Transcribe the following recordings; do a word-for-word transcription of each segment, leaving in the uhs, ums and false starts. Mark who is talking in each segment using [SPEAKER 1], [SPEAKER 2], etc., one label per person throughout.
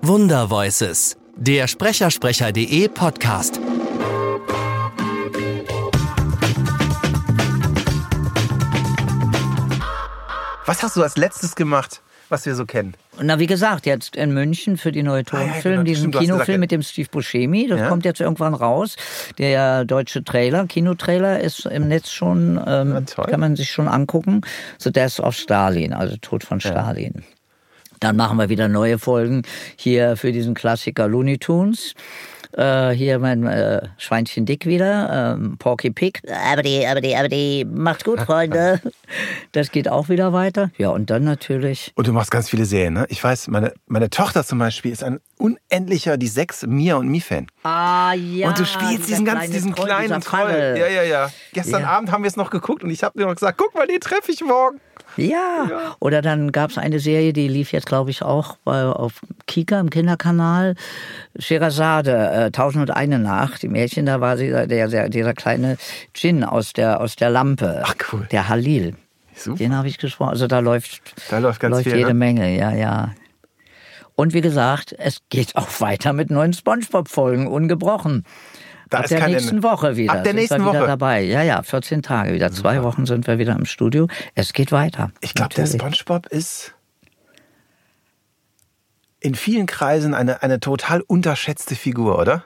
[SPEAKER 1] Wundervoices, der Sprechersprecher.de Podcast.
[SPEAKER 2] Was hast du als letztes gemacht, was wir so kennen?
[SPEAKER 3] Na, wie gesagt, jetzt in München für die neue Tonfilm, ah, ja, genau. diesen Stimmt, Kinofilm mit dem Steve Buscemi, das ja? kommt jetzt irgendwann raus. Der deutsche Trailer, Kinotrailer ist im Netz schon, ähm, kann man sich schon angucken. The Death of Stalin, also Tod von Stalin. Ja. Dann machen wir wieder neue Folgen hier für diesen Klassiker Looney Tunes. Äh, hier mein äh, Schweinchen Dick wieder, ähm, Porky Pig. Aber die, aber die, aber die, macht's gut, Freunde. Das geht auch wieder weiter. Ja, und dann natürlich.
[SPEAKER 2] Und du machst ganz viele Serien, ne? Ich weiß, meine, meine Tochter zum Beispiel ist ein unendlicher, die sechs Mia und Mi-Fan.
[SPEAKER 3] Ah, ja.
[SPEAKER 2] Und du spielst diesen ganz, diesen Troll, kleinen Troll. Ja, ja, ja. Gestern ja. Abend haben wir es noch geguckt und ich habe dir noch gesagt, guck mal, den treffe ich morgen.
[SPEAKER 3] Ja. ja, oder dann gab es eine Serie, die lief jetzt, glaube ich, auch bei, auf Kika im Kinderkanal. Scheherazade, äh, Tausend und eine Nacht. Die Märchen, da war sie, der, der, dieser kleine Djinn aus der, aus der Lampe.
[SPEAKER 2] Ach cool.
[SPEAKER 3] Der Halil.
[SPEAKER 2] Super.
[SPEAKER 3] Den habe ich gesprochen. Also da läuft,
[SPEAKER 2] da läuft, ganz
[SPEAKER 3] läuft
[SPEAKER 2] viel,
[SPEAKER 3] jede
[SPEAKER 2] ne?
[SPEAKER 3] Menge, ja, ja. Und wie gesagt, es geht auch weiter mit neuen SpongeBob-Folgen, ungebrochen. Da ab ist der keine, nächsten Woche wieder.
[SPEAKER 2] Ab der nächsten
[SPEAKER 3] sind wir wieder
[SPEAKER 2] Woche
[SPEAKER 3] dabei. Ja, ja, vierzehn Tage wieder. Super. Zwei Wochen sind wir wieder im Studio. Es geht weiter.
[SPEAKER 2] Ich glaube, der SpongeBob ist in vielen Kreisen eine, eine total unterschätzte Figur, oder?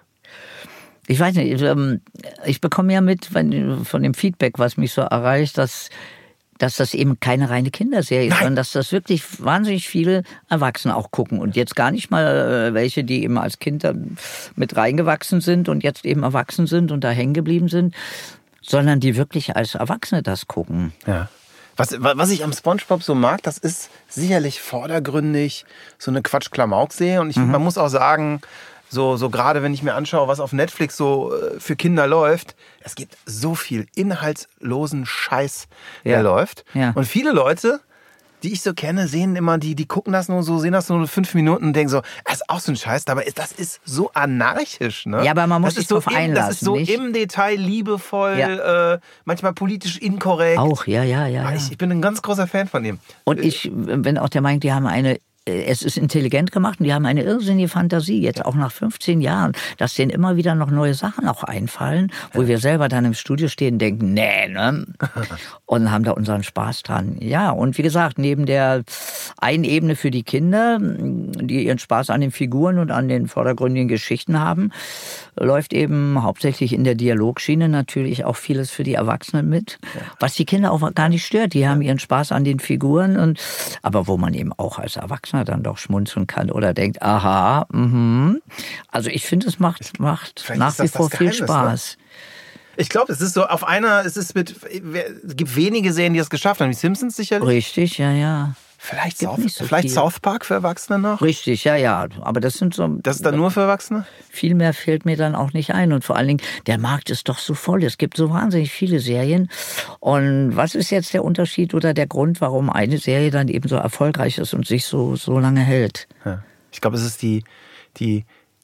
[SPEAKER 3] Ich weiß nicht, ich bekomme ja mit von dem Feedback, was mich so erreicht, dass dass das eben keine reine Kinderserie ist, sondern dass das wirklich wahnsinnig viele Erwachsene auch gucken. Und jetzt gar nicht mal welche, die eben als Kinder mit reingewachsen sind und jetzt eben erwachsen sind und da hängen geblieben sind, sondern die wirklich als Erwachsene das gucken.
[SPEAKER 2] Ja. Was, was ich am SpongeBob so mag, das ist sicherlich vordergründig so eine Quatsch-Klamauk-Serie. Und ich, mhm. man muss auch sagen, So, so gerade wenn ich mir anschaue, was auf Netflix so für Kinder läuft, es gibt so viel inhaltslosen Scheiß, der ja. läuft. Ja. Und viele Leute, die ich so kenne, sehen immer, die, die gucken das nur so, sehen das nur fünf Minuten und denken so, das ist auch so ein Scheiß, aber das ist so anarchisch, ne?
[SPEAKER 3] Ja, aber man muss sich
[SPEAKER 2] so
[SPEAKER 3] drauf einlassen.
[SPEAKER 2] Das ist so
[SPEAKER 3] nicht?
[SPEAKER 2] im Detail liebevoll, ja. äh, manchmal politisch inkorrekt.
[SPEAKER 3] Auch, ja, ja, ja.
[SPEAKER 2] Ich, ich bin ein ganz großer Fan von ihm.
[SPEAKER 3] Und ich bin auch der Meinung, die haben eine Es ist intelligent gemacht und die haben eine irrsinnige Fantasie, jetzt auch nach fünfzehn Jahren, dass denen immer wieder noch neue Sachen auch einfallen, wo ja. wir selber dann im Studio stehen und denken, nee, ne? Und haben da unseren Spaß dran. Ja, und wie gesagt, neben der einen Ebene für die Kinder, die ihren Spaß an den Figuren und an den vordergründigen Geschichten haben, läuft eben hauptsächlich in der Dialogschiene natürlich auch vieles für die Erwachsenen mit, ja. was die Kinder auch gar nicht stört. Die haben ihren Spaß an den Figuren, und aber wo man eben auch als Erwachsener dann doch schmunzeln kann oder denkt, aha, mhm. Also ich finde, es macht, macht nach wie vor viel Spaß.
[SPEAKER 2] Ne? Ich glaube, es ist so auf einer, es ist mit, es gibt wenige Serien, die das geschafft haben. Die Simpsons sicherlich.
[SPEAKER 3] Richtig, ja, ja.
[SPEAKER 2] Vielleicht, South, so vielleicht South Park für Erwachsene noch?
[SPEAKER 3] Richtig, ja, ja. Aber das sind so.
[SPEAKER 2] Das ist dann nur für Erwachsene?
[SPEAKER 3] Viel mehr fällt mir dann auch nicht ein. Und vor allen Dingen, der Markt ist doch so voll. Es gibt so wahnsinnig viele Serien. Und was ist jetzt der Unterschied oder der Grund, warum eine Serie dann eben so erfolgreich ist und sich so, so lange hält?
[SPEAKER 2] Ja. Ich glaube, es ist die, die.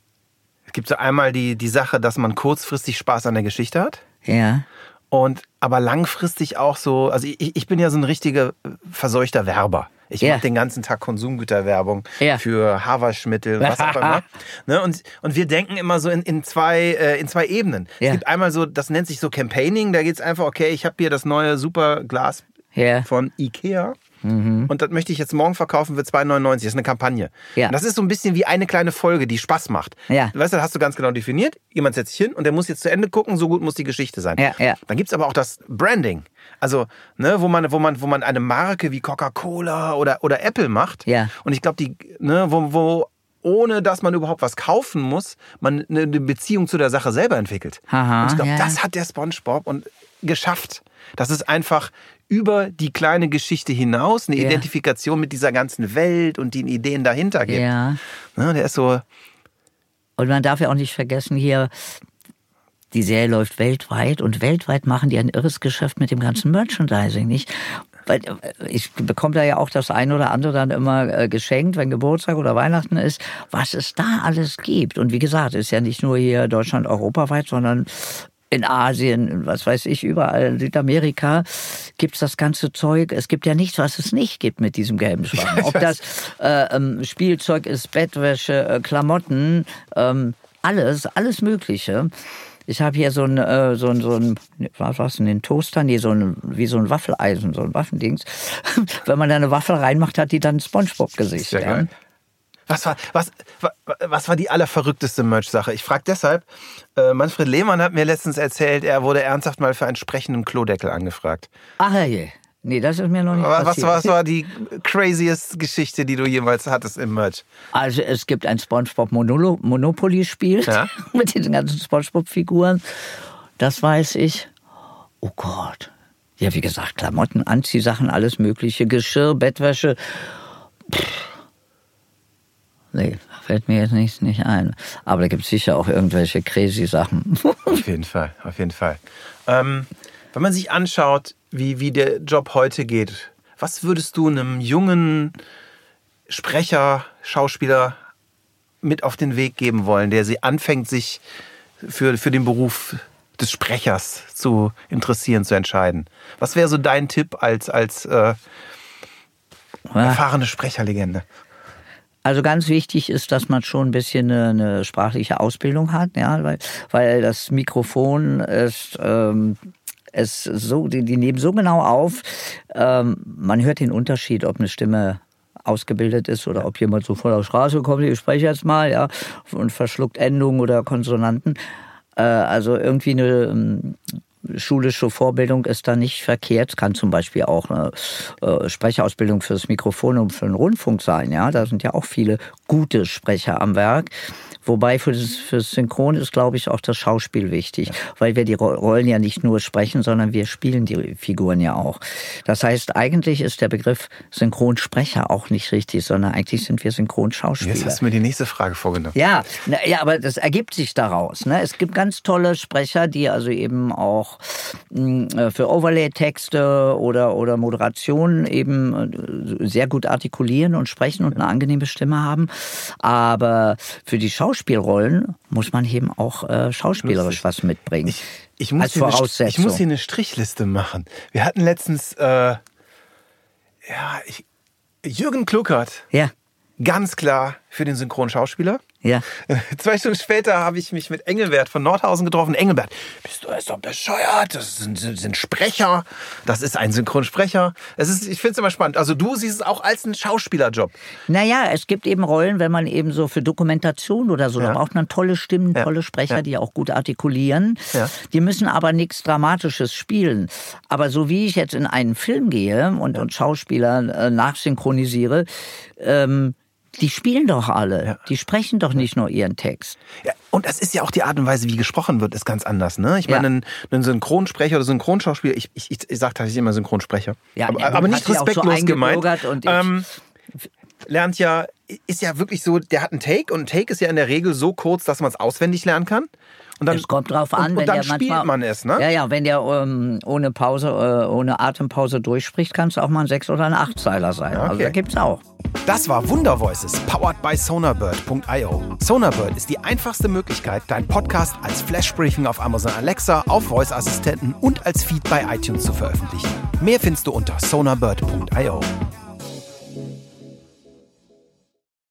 [SPEAKER 2] Es gibt so einmal die, die Sache, dass man kurzfristig Spaß an der Geschichte hat.
[SPEAKER 3] Ja.
[SPEAKER 2] Und aber langfristig auch so. Also ich, ich bin ja so ein richtiger verseuchter Werber. Ich ja. mache den ganzen Tag Konsumgüterwerbung ja. für Haarwaschmittel, was auch immer. Ne? Und, und wir denken immer so in, in, zwei, äh, in zwei Ebenen. Ja. Es gibt einmal so, das nennt sich so Campaigning, da geht es einfach, okay, ich habe hier das neue Superglas ja. von Ikea. Mhm. Und das möchte ich jetzt morgen verkaufen für zwei neunundneunzig. Das ist eine Kampagne. Ja. Und das ist so ein bisschen wie eine kleine Folge, die Spaß macht. Ja. Weißt du, das hast du ganz genau definiert. Jemand setzt sich hin und der muss jetzt zu Ende gucken, so gut muss die Geschichte sein. Ja, ja. Dann gibt es aber auch das Branding. Also, ne, wo man, wo man, wo man eine Marke wie Coca-Cola oder, oder Apple macht. Ja. Und ich glaube, die, ne, wo, wo ohne dass man überhaupt was kaufen muss, man eine Beziehung zu der Sache selber entwickelt. Aha, und ich glaube, ja. das hat der SpongeBob und geschafft. Das ist einfach über die kleine Geschichte hinaus eine ja. Identifikation mit dieser ganzen Welt und den Ideen dahinter gibt. Ja. Ja, der ist so.
[SPEAKER 3] Und man darf ja auch nicht vergessen, hier, die Serie läuft weltweit und weltweit machen die ein irres Geschäft mit dem ganzen Merchandising, nicht? Weil ich bekomme da ja auch das eine oder andere dann immer geschenkt, wenn Geburtstag oder Weihnachten ist, was es da alles gibt. Und wie gesagt, ist ja nicht nur hier Deutschland europaweit, sondern in Asien, in was weiß ich, überall in Südamerika gibt's das ganze Zeug. Es gibt ja nichts, was es nicht gibt mit diesem gelben Schwamm. Ob das äh, ähm, Spielzeug ist, Bettwäsche, äh, Klamotten, ähm, alles, alles Mögliche. Ich habe hier so ein, äh, so ein, so ein, was war's denn, den Toaster? Nee, so ein, wie so ein Waffeleisen, so ein Waffendings. Wenn man da eine Waffel reinmacht, hat die dann ein SpongeBob-Gesicht.
[SPEAKER 2] Sehr geil. Was war, was, was war die allerverrückteste Merch-Sache? Ich frage deshalb, äh, Manfred Lehmann hat mir letztens erzählt, er wurde ernsthaft mal für einen sprechenden Klodeckel angefragt.
[SPEAKER 3] Ach je. Nee, das ist mir noch nicht was, passiert.
[SPEAKER 2] Was war die craziest Geschichte, die du jemals hattest im Merch?
[SPEAKER 3] Also es gibt ein SpongeBob-Monopoly-Spiel ja? mit diesen ganzen SpongeBob-Figuren. Das weiß ich. Oh Gott. Ja, wie gesagt, Klamotten, Anziehsachen, alles mögliche, Geschirr, Bettwäsche. Pff. Nee, fällt mir jetzt nicht, nicht ein. Aber da gibt es sicher auch irgendwelche crazy Sachen.
[SPEAKER 2] Auf jeden Fall, auf jeden Fall. Ähm, wenn man sich anschaut, wie, wie der Job heute geht, was würdest du einem jungen Sprecher, Schauspieler mit auf den Weg geben wollen, der sie anfängt, sich für, für den Beruf des Sprechers zu interessieren, zu entscheiden? Was wäre so dein Tipp als, als äh, erfahrene Sprecherlegende?
[SPEAKER 3] Also ganz wichtig ist, dass man schon ein bisschen eine, eine sprachliche Ausbildung hat, ja, weil, weil das Mikrofon ist, ähm, ist so, die, die nehmen so genau auf, ähm, man hört den Unterschied, ob eine Stimme ausgebildet ist oder ob jemand so vor der Straße kommt, ich spreche jetzt mal, ja, und verschluckt Endungen oder Konsonanten. Äh, also irgendwie eine ähm, schulische Vorbildung ist da nicht verkehrt. Kann zum Beispiel auch eine äh, Sprecherausbildung fürs Mikrofon und für den Rundfunk sein. Ja, da sind ja auch viele gute Sprecher am Werk. Wobei für das, für das Synchron ist, glaube ich, auch das Schauspiel wichtig. Ja. Weil wir die Rollen ja nicht nur sprechen, sondern wir spielen die Figuren ja auch. Das heißt, eigentlich ist der Begriff Synchronsprecher auch nicht richtig, sondern eigentlich sind wir Synchronschauspieler.
[SPEAKER 2] Jetzt hast du mir die nächste Frage vorgenommen.
[SPEAKER 3] Ja, na, ja, aber das ergibt sich daraus. Ne? Es gibt ganz tolle Sprecher, die also eben auch mh, für Overlay-Texte oder, oder Moderationen eben sehr gut artikulieren und sprechen und eine angenehme Stimme haben. Aber für die Schauspieler Schauspielrollen muss man eben auch äh, schauspielerisch Lustig. was mitbringen.
[SPEAKER 2] Ich, ich, muss als Voraussetzung. Eine, ich muss hier eine Strichliste machen. Wir hatten letztens äh, ja, ich, Jürgen Kluckert.
[SPEAKER 3] Ja.
[SPEAKER 2] Ganz klar für den Synchronschauspieler.
[SPEAKER 3] Ja.
[SPEAKER 2] Zwei Stunden später habe ich mich mit Engelbert von Nordhausen getroffen. Engelbert, bist du jetzt doch bescheuert? Das sind, sind Sprecher. Das ist ein Synchronsprecher. Es ist, ich finde es immer spannend. Also du siehst es auch als einen Schauspielerjob.
[SPEAKER 3] Naja, es gibt eben Rollen, wenn man eben so für Dokumentation oder so, ja. da braucht man tolle Stimmen, ja. tolle Sprecher, ja. die auch gut artikulieren. Ja. Die müssen aber nichts Dramatisches spielen. Aber so wie ich jetzt in einen Film gehe und, ja. und Schauspieler äh, nachsynchronisiere, ähm, die spielen doch alle. Ja. Die sprechen doch nicht nur ihren Text.
[SPEAKER 2] Ja, und das ist ja auch die Art und Weise, wie gesprochen wird, ist ganz anders. Ne? Ich meine, ja. ein, ein Synchronsprecher oder Synchronschauspieler, ich, ich, ich sage tatsächlich immer Synchronsprecher. Ja, aber, aber nicht respektlos so gemeint. Und ähm, lernt ja, ist ja wirklich so, der hat einen Take und ein Take ist ja in der Regel so kurz, dass man es auswendig lernen kann. Und dann,
[SPEAKER 3] es kommt drauf an,
[SPEAKER 2] und,
[SPEAKER 3] wenn
[SPEAKER 2] und dann
[SPEAKER 3] der
[SPEAKER 2] spielt
[SPEAKER 3] manchmal,
[SPEAKER 2] man es, ne?
[SPEAKER 3] Ja, ja, wenn der ähm, ohne Pause, äh, ohne Atempause durchspricht, kann es auch mal ein Sechs- oder ein Achtzeiler sein. Okay. Also da gibt's auch.
[SPEAKER 2] Das war Wundervoices, powered by sonarbird punkt io. Sonarbird ist die einfachste Möglichkeit, deinen Podcast als Flashbriefing auf Amazon Alexa, auf Voice-Assistenten und als Feed bei iTunes zu veröffentlichen. Mehr findest du unter sonarbird punkt io.